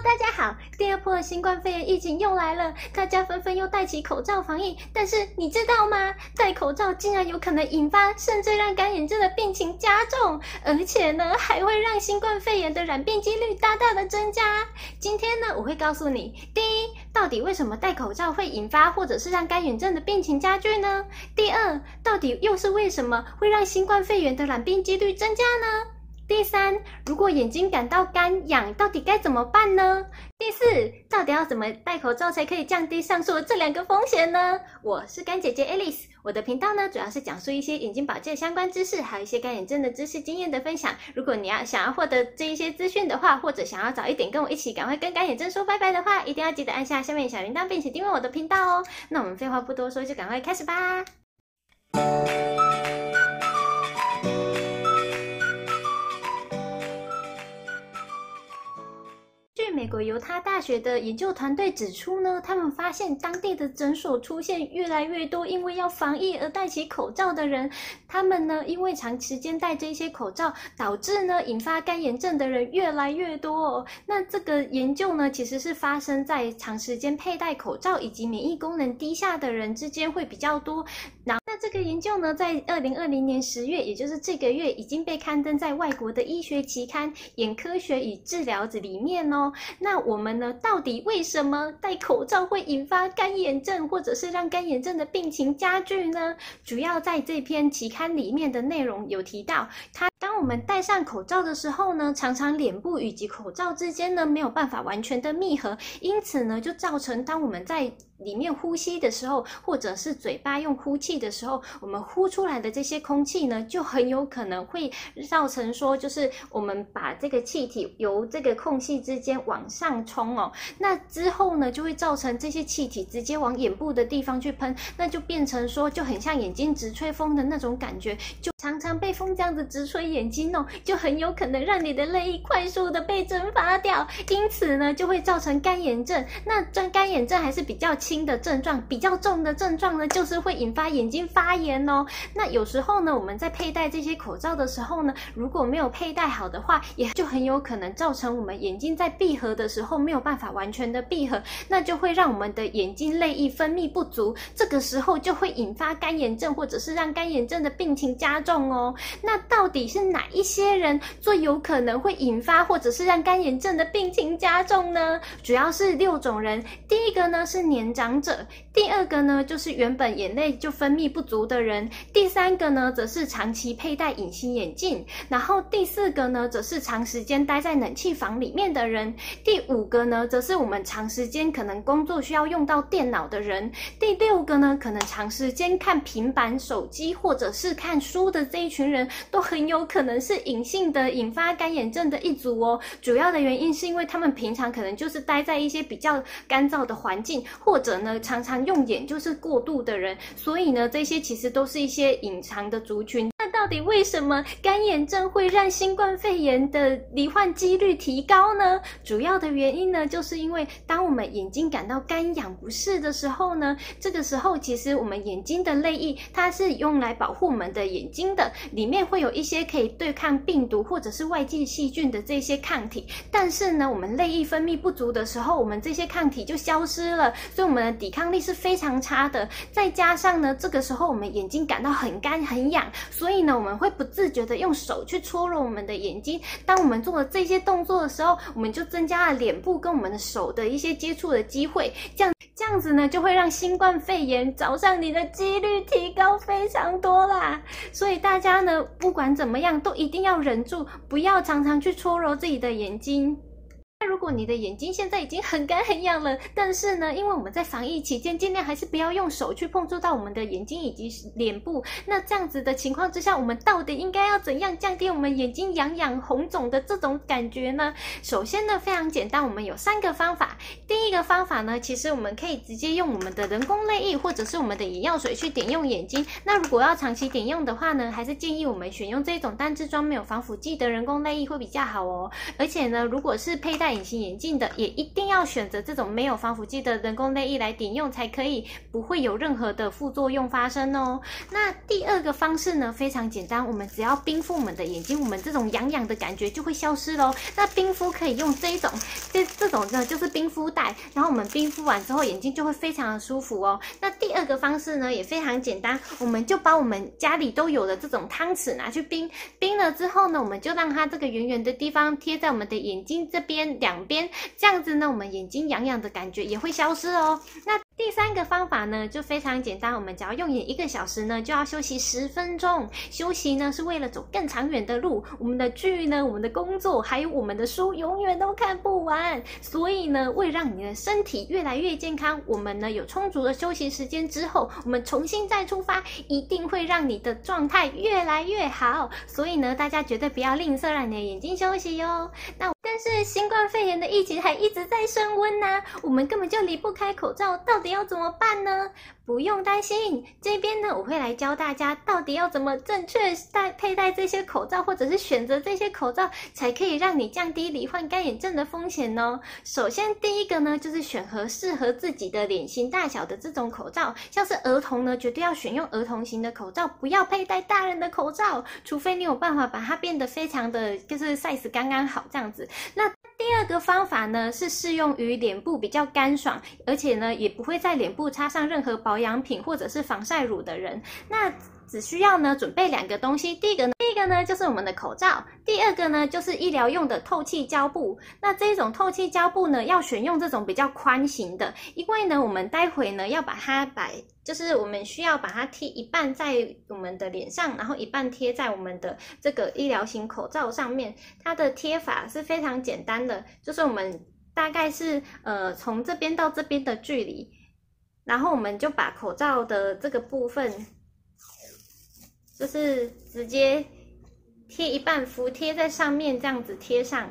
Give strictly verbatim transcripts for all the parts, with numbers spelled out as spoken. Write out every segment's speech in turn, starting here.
大家好，第二波的新冠肺炎疫情又来了，大家纷纷又戴起口罩防疫。但是你知道吗？戴口罩竟然有可能引发甚至让干眼症的病情加重，而且呢，还会让新冠肺炎的染病几率大大的增加。今天呢，我会告诉你，第一，到底为什么戴口罩会引发或者是让干眼症的病情加剧呢？第二，到底又是为什么会让新冠肺炎的染病几率增加呢？第三，如果眼睛感到干痒，到底该怎么办呢？第四，到底要怎么戴口罩才可以降低上述的这两个风险呢？我是干姐姐 Alice， 我的频道呢主要是讲述一些眼睛保健相关知识，还有一些干眼症的知识经验的分享。如果你要想要获得这一些资讯的话，或者想要早一点跟我一起赶快跟干眼症说拜拜的话，一定要记得按下下面小铃铛，并且订阅我的频道哦。那我们废话不多说，就赶快开始吧。据美国犹他大学的研究团队指出呢，他们发现当地的诊所出现越来越多因为要防疫而戴起口罩的人，他们呢因为长时间戴这些口罩，导致呢引发干眼症的人越来越多哦。那这个研究呢其实是发生在长时间佩戴口罩以及免疫功能低下的人之间会比较多。然后那这个研究呢在二零二零年十月，也就是这个月已经被刊登在外国的医学期刊《眼科学与治疗》里面哦。那我们呢，到底为什么戴口罩会引发干眼症，或者是让干眼症的病情加剧呢？主要在这篇期刊里面的内容有提到，它当我们戴上口罩的时候呢，常常脸部以及口罩之间呢没有办法完全的密合，因此呢就造成当我们在里面呼吸的时候，或者是嘴巴用呼气的时候，我们呼出来的这些空气呢，就很有可能会造成说，就是我们把这个气体由这个空隙之间往上冲哦，那之后呢，就会造成这些气体直接往眼部的地方去喷，那就变成说，就很像眼睛直吹风的那种感觉，就常常被风这样子直吹眼睛哦，就很有可能让你的泪液快速的被蒸发掉，因此呢，就会造成干眼症。那这干眼症还是比较轻的症状，比较重的症状呢，就是会引发眼睛发炎哦。那有时候呢，我们在佩戴这些口罩的时候呢，如果没有佩戴好的话，也就很有可能造成我们眼睛在闭合的时候没有办法完全的闭合，那就会让我们的眼睛泪液分泌不足，这个时候就会引发干眼症，或者是让干眼症的病情加重哦。那到底是哪一些人最有可能会引发或者是让干眼症的病情加重呢？主要是六种人。第一个呢是年长者，第二个呢就是原本眼泪就分泌不足的人，第三个呢则是长期佩戴隐形眼镜，然后第四个呢则是长时间待在冷气房里面的人，第五个呢则是我们长时间可能工作需要用到电脑的人，第六个呢可能长时间看平板手机或者是看书的这一群人，都很有可能是隐性的引发干眼症的一组哦。主要的原因是因为他们平常可能就是待在一些比较干燥的环境，或者呢常常用眼就是过度的人，所以呢这些其实都是一些隐藏的族群。那到底为什么干眼症会让新冠肺炎的罹患几率提高呢？主要的原因呢，就是因为当我们眼睛感到干痒不适的时候呢，这个时候其实我们眼睛的泪液它是用来保护我们的眼睛的，里面会有一些可以对抗病毒或者是外界细菌的这些抗体，但是呢我们泪液分泌不足的时候，我们这些抗体就消失了，所以我们的抵抗力是非常差的。再加上呢这个时候我们眼睛感到很干很痒，所以呢我们会不自觉的用手去搓揉我们的眼睛，当我们做了这些动作的时候，我们就增加了脸部跟我们的手的一些接触的机会，这样这样子呢就会让新冠肺炎找上你的几率提高非常多啦。所以大家呢不管怎么样都一定要忍住，不要常常去搓揉自己的眼睛。那如果你的眼睛现在已经很干很痒了，但是呢因为我们在防疫期间尽量还是不要用手去碰触到我们的眼睛以及脸部，那这样子的情况之下，我们到底应该要怎样降低我们眼睛痒痒红肿的这种感觉呢？首先呢非常简单，我们有三个方法。第一个方法呢，其实我们可以直接用我们的人工泪液或者是我们的眼药水去点用眼睛，那如果要长期点用的话呢，还是建议我们选用这种单支装没有防腐剂的人工泪液会比较好哦。而且呢如果是佩戴隐形眼镜的，也一定要选择这种没有防腐剂的人工泪液来点用，才可以不会有任何的副作用发生哦。那第二个方式呢非常简单，我们只要冰敷我们的眼睛，我们这种痒痒的感觉就会消失咯。那冰敷可以用这一种这这种种呢就是冰敷袋，然后我们冰敷完之后眼睛就会非常的舒服哦。那第二个方式呢也非常简单，我们就把我们家里都有的这种汤匙拿去冰，冰了之后呢，我们就让它这个圆圆的地方贴在我们的眼睛这边两边，这样子呢，我们眼睛痒痒的感觉也会消失哦。那第三个方法呢就非常简单，我们只要用眼一个小时呢就要休息十分钟，休息呢是为了走更长远的路，我们的剧呢，我们的工作还有我们的书永远都看不完，所以呢为了让你的身体越来越健康，我们呢有充足的休息时间之后，我们重新再出发，一定会让你的状态越来越好，所以呢大家绝对不要吝啬让你的眼睛休息哟。那但是新冠肺炎的疫情还一直在升温啊，我们根本就离不开口罩，到底要怎么办呢？不用担心，这边呢我会来教大家到底要怎么正确戴佩戴这些口罩，或者是选择这些口罩，才可以让你降低罹患干眼症的风险哦。首先第一个呢就是选合适合自己的脸型大小的这种口罩，像是儿童呢绝对要选用儿童型的口罩，不要佩戴大人的口罩，除非你有办法把它变得非常的就是 size 刚刚好这样子。那第二个方法呢是适用于脸部比较干爽，而且呢也不会在脸部擦上任何保养品或者是防晒乳的人，那只需要呢准备两个东西，第一个呢第一个呢就是我们的口罩，第二个呢就是医疗用的透气胶布。那这种透气胶布呢要选用这种比较宽型的，因为呢我们待会呢要把它摆就是我们需要把它贴一半在我们的脸上，然后一半贴在我们的这个医疗型口罩上面。它的贴法是非常简单的，就是我们大概是呃从这边到这边的距离，然后我们就把口罩的这个部分就是直接贴一半，服贴在上面，这样子贴上。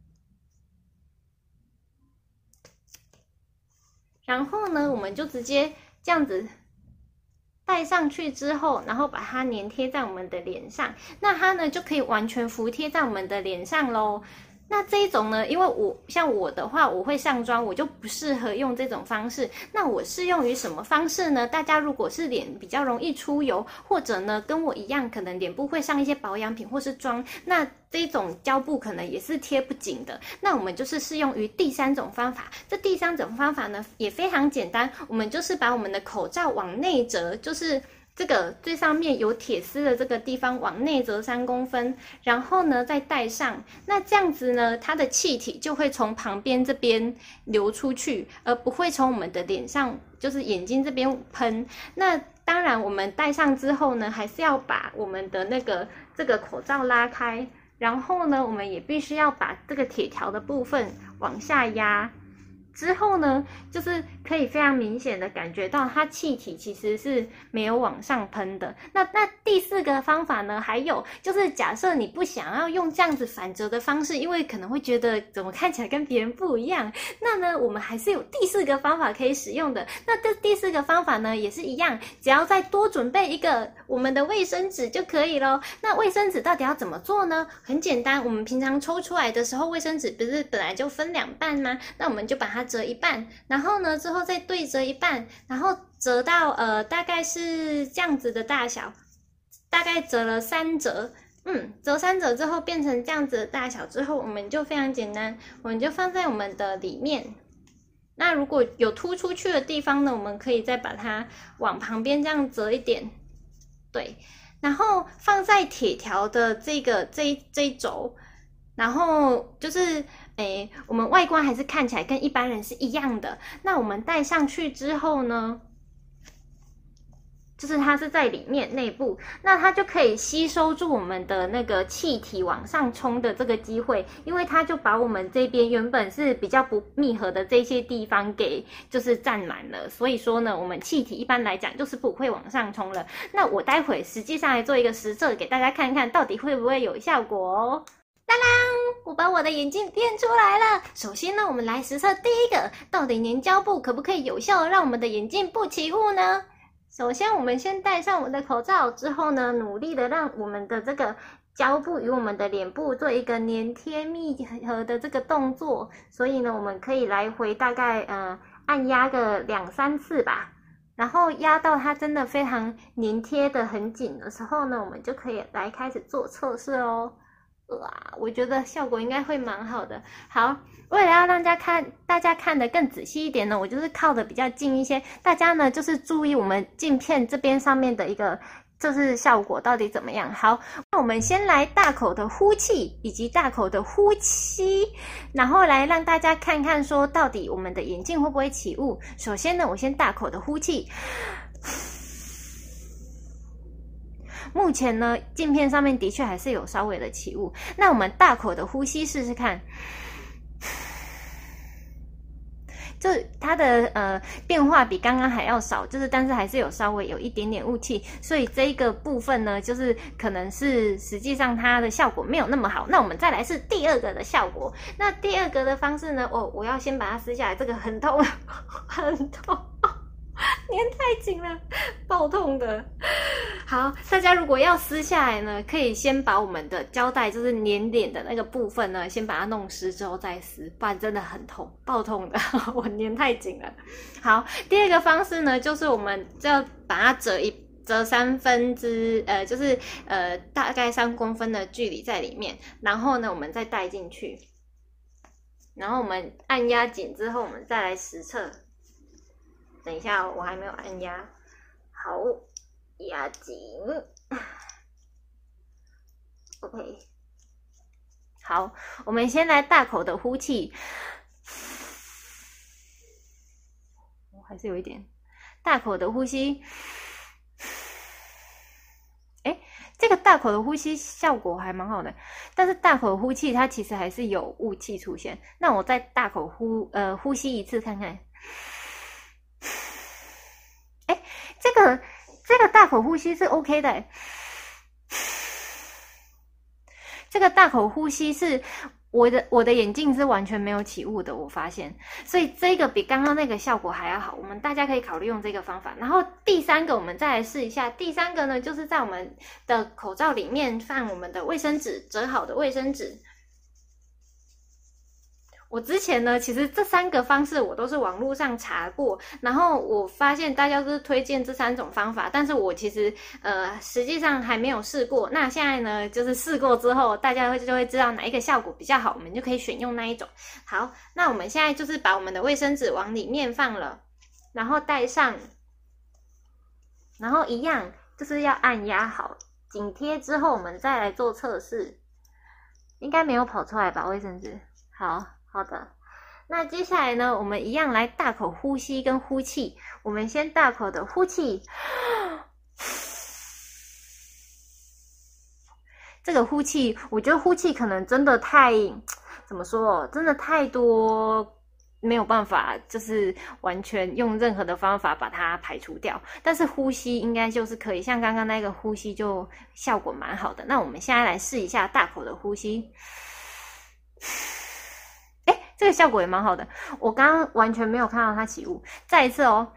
然后呢我们就直接这样子戴上去之后，然后把它粘贴在我们的脸上，那它呢就可以完全服贴在我们的脸上咯。那这一种呢，因为我像我的话，我会上妆，我就不适合用这种方式。那我适用于什么方式呢？大家如果是脸比较容易出油，或者呢跟我一样，可能脸部会上一些保养品或是妆，那这种胶布可能也是贴不紧的。那我们就是适用于第三种方法。这第三种方法呢也非常简单，我们就是把我们的口罩往内折，就是这个最上面有铁丝的这个地方往内折三公分，然后呢再戴上，那这样子呢它的气体就会从旁边这边流出去，而不会从我们的脸上就是眼睛这边喷。那当然我们戴上之后呢还是要把我们的那个这个口罩拉开，然后呢我们也必须要把这个铁条的部分往下压，之后呢就是可以非常明显的感觉到它气体其实是没有往上喷的。那那第四个方法呢，还有就是假设你不想要用这样子反折的方式，因为可能会觉得怎么看起来跟别人不一样，那呢我们还是有第四个方法可以使用的。那这第四个方法呢也是一样，只要再多准备一个我们的卫生纸就可以咯。那卫生纸到底要怎么做呢？很简单，我们平常抽出来的时候，卫生纸不是本来就分两半吗？那我们就把它折一半，然后呢之后再对折一半，然后折到呃大概是这样子的大小，大概折了三折，嗯，折三折之后变成这样子的大小之后，我们就非常简单，我们就放在我们的里面。那如果有凸出去的地方呢，我们可以再把它往旁边这样折一点，对，然后放在铁条的这个这一这一轴，然后就是诶我们外观还是看起来跟一般人是一样的。那我们戴上去之后呢，就是它是在里面内部，那它就可以吸收住我们的那个气体往上冲的这个机会，因为它就把我们这边原本是比较不密合的这些地方给就是占满了，所以说呢我们气体一般来讲就是不会往上冲了。那我待会实际上来做一个实测给大家看看到底会不会有效果哦。当当，我把我的眼镜变出来了。首先呢我们来实测第一个，到底粘胶布可不可以有效的让我们的眼镜不起雾呢？首先我们先戴上我们的口罩之后呢，努力的让我们的这个胶布与我们的脸部做一个粘贴密合的这个动作，所以呢我们可以来回大概呃按压个两三次吧，然后压到它真的非常粘贴的很紧的时候呢，我们就可以来开始做测试哦。 哇，我觉得效果应该会蛮好的。好，为了要让大家看大家看得更仔细一点呢，我就是靠得比较近一些，大家呢就是注意我们镜片这边上面的一个就是效果到底怎么样。好，那我们先来大口的呼气以及大口的呼气，然后来让大家看看说到底我们的眼镜会不会起雾。首先呢，我先大口的呼气。目前呢，镜片上面的确还是有稍微的起雾。那我们大口的呼吸试试看，就它的呃变化比刚刚还要少，就是但是还是有稍微有一点点雾气，所以这一个部分呢，就是可能是实际上它的效果没有那么好。那我们再来是第二个的效果。那第二个的方式呢，哦，我要先把它撕下来，这个很痛，很痛。粘太紧了，爆痛的。好，大家如果要撕下来呢，可以先把我们的胶带，就是粘脸的那个部分呢，先把它弄湿之后再撕，不然真的很痛，爆痛的。我粘太紧了。好，第二个方式呢，就是我们就要把它折一折三分之，呃，就是呃大概三公分的距离在里面，然后呢，我们再带进去，然后我们按压紧之后，我们再来实测。等一下，我还没有按压，好，压紧 ，OK， 好，我们先来大口的呼气，我还是有一点大口的呼吸，哎，这个大口的呼吸效果还蛮好的，但是大口呼气它其实还是有雾气出现，那我再大口呼呃呼吸一次看看。这个这个大口呼吸是 OK 的欸，这个大口呼吸是我的我的眼镜是完全没有起雾的，我发现，所以这个比刚刚那个效果还要好。我们大家可以考虑用这个方法。然后第三个，我们再来试一下。第三个呢，就是在我们的口罩里面放我们的卫生纸，折好的卫生纸。我之前呢，其实这三个方式我都是网络上查过，然后我发现大家都是推荐这三种方法，但是我其实呃实际上还没有试过。那现在呢，就是试过之后，大家会就会知道哪一个效果比较好，我们就可以选用那一种。好，那我们现在就是把我们的卫生纸往里面放了，然后戴上，然后一样就是要按压好，紧贴之后，我们再来做测试。应该没有跑出来吧，卫生纸？好。好的，那接下来呢，我们一样来大口呼吸跟呼气。我们先大口的呼气，这个呼气，我觉得呼气可能真的太，怎么说，真的太多，没有办法，就是完全用任何的方法把它排除掉。但是呼吸应该就是可以，像刚刚那个呼吸就效果蛮好的。那我们现在来试一下大口的呼吸。这个效果也蛮好的，我刚刚完全没有看到它起雾。再一次哦，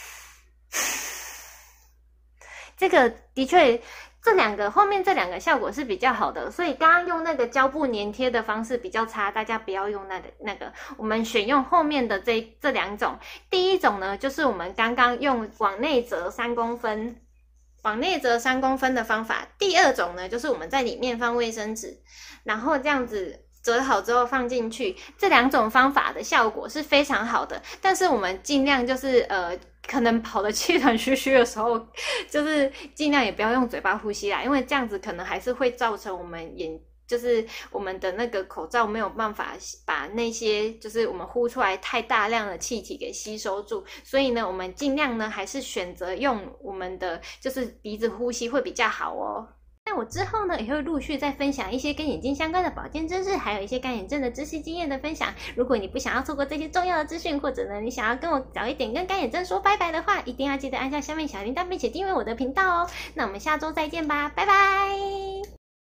这个的确，这两个后面这两个效果是比较好的，所以刚刚用那个胶布粘贴的方式比较差，大家不要用那个那个，我们选用后面的这这两种。第一种呢，就是我们刚刚用往内折三公分。往内折三公分的方法。第二种呢，就是我们在里面放卫生纸，然后这样子折好之后放进去。这两种方法的效果是非常好的，但是我们尽量就是呃，可能跑得气喘吁吁的时候，就是尽量也不要用嘴巴呼吸啦，因为这样子可能还是会造成我们眼。就是我们的那个口罩没有办法把那些就是我们呼出来太大量的气体给吸收住，所以呢，我们尽量呢还是选择用我们的就是鼻子呼吸会比较好哦。那我之后呢也会陆续再分享一些跟眼睛相关的保健知识，还有一些干眼症的知识经验的分享。如果你不想要错过这些重要的资讯，或者呢你想要跟我早一点跟干眼症说拜拜的话，一定要记得按下下面小铃铛，并且订阅我的频道哦。那我们下周再见吧，拜拜。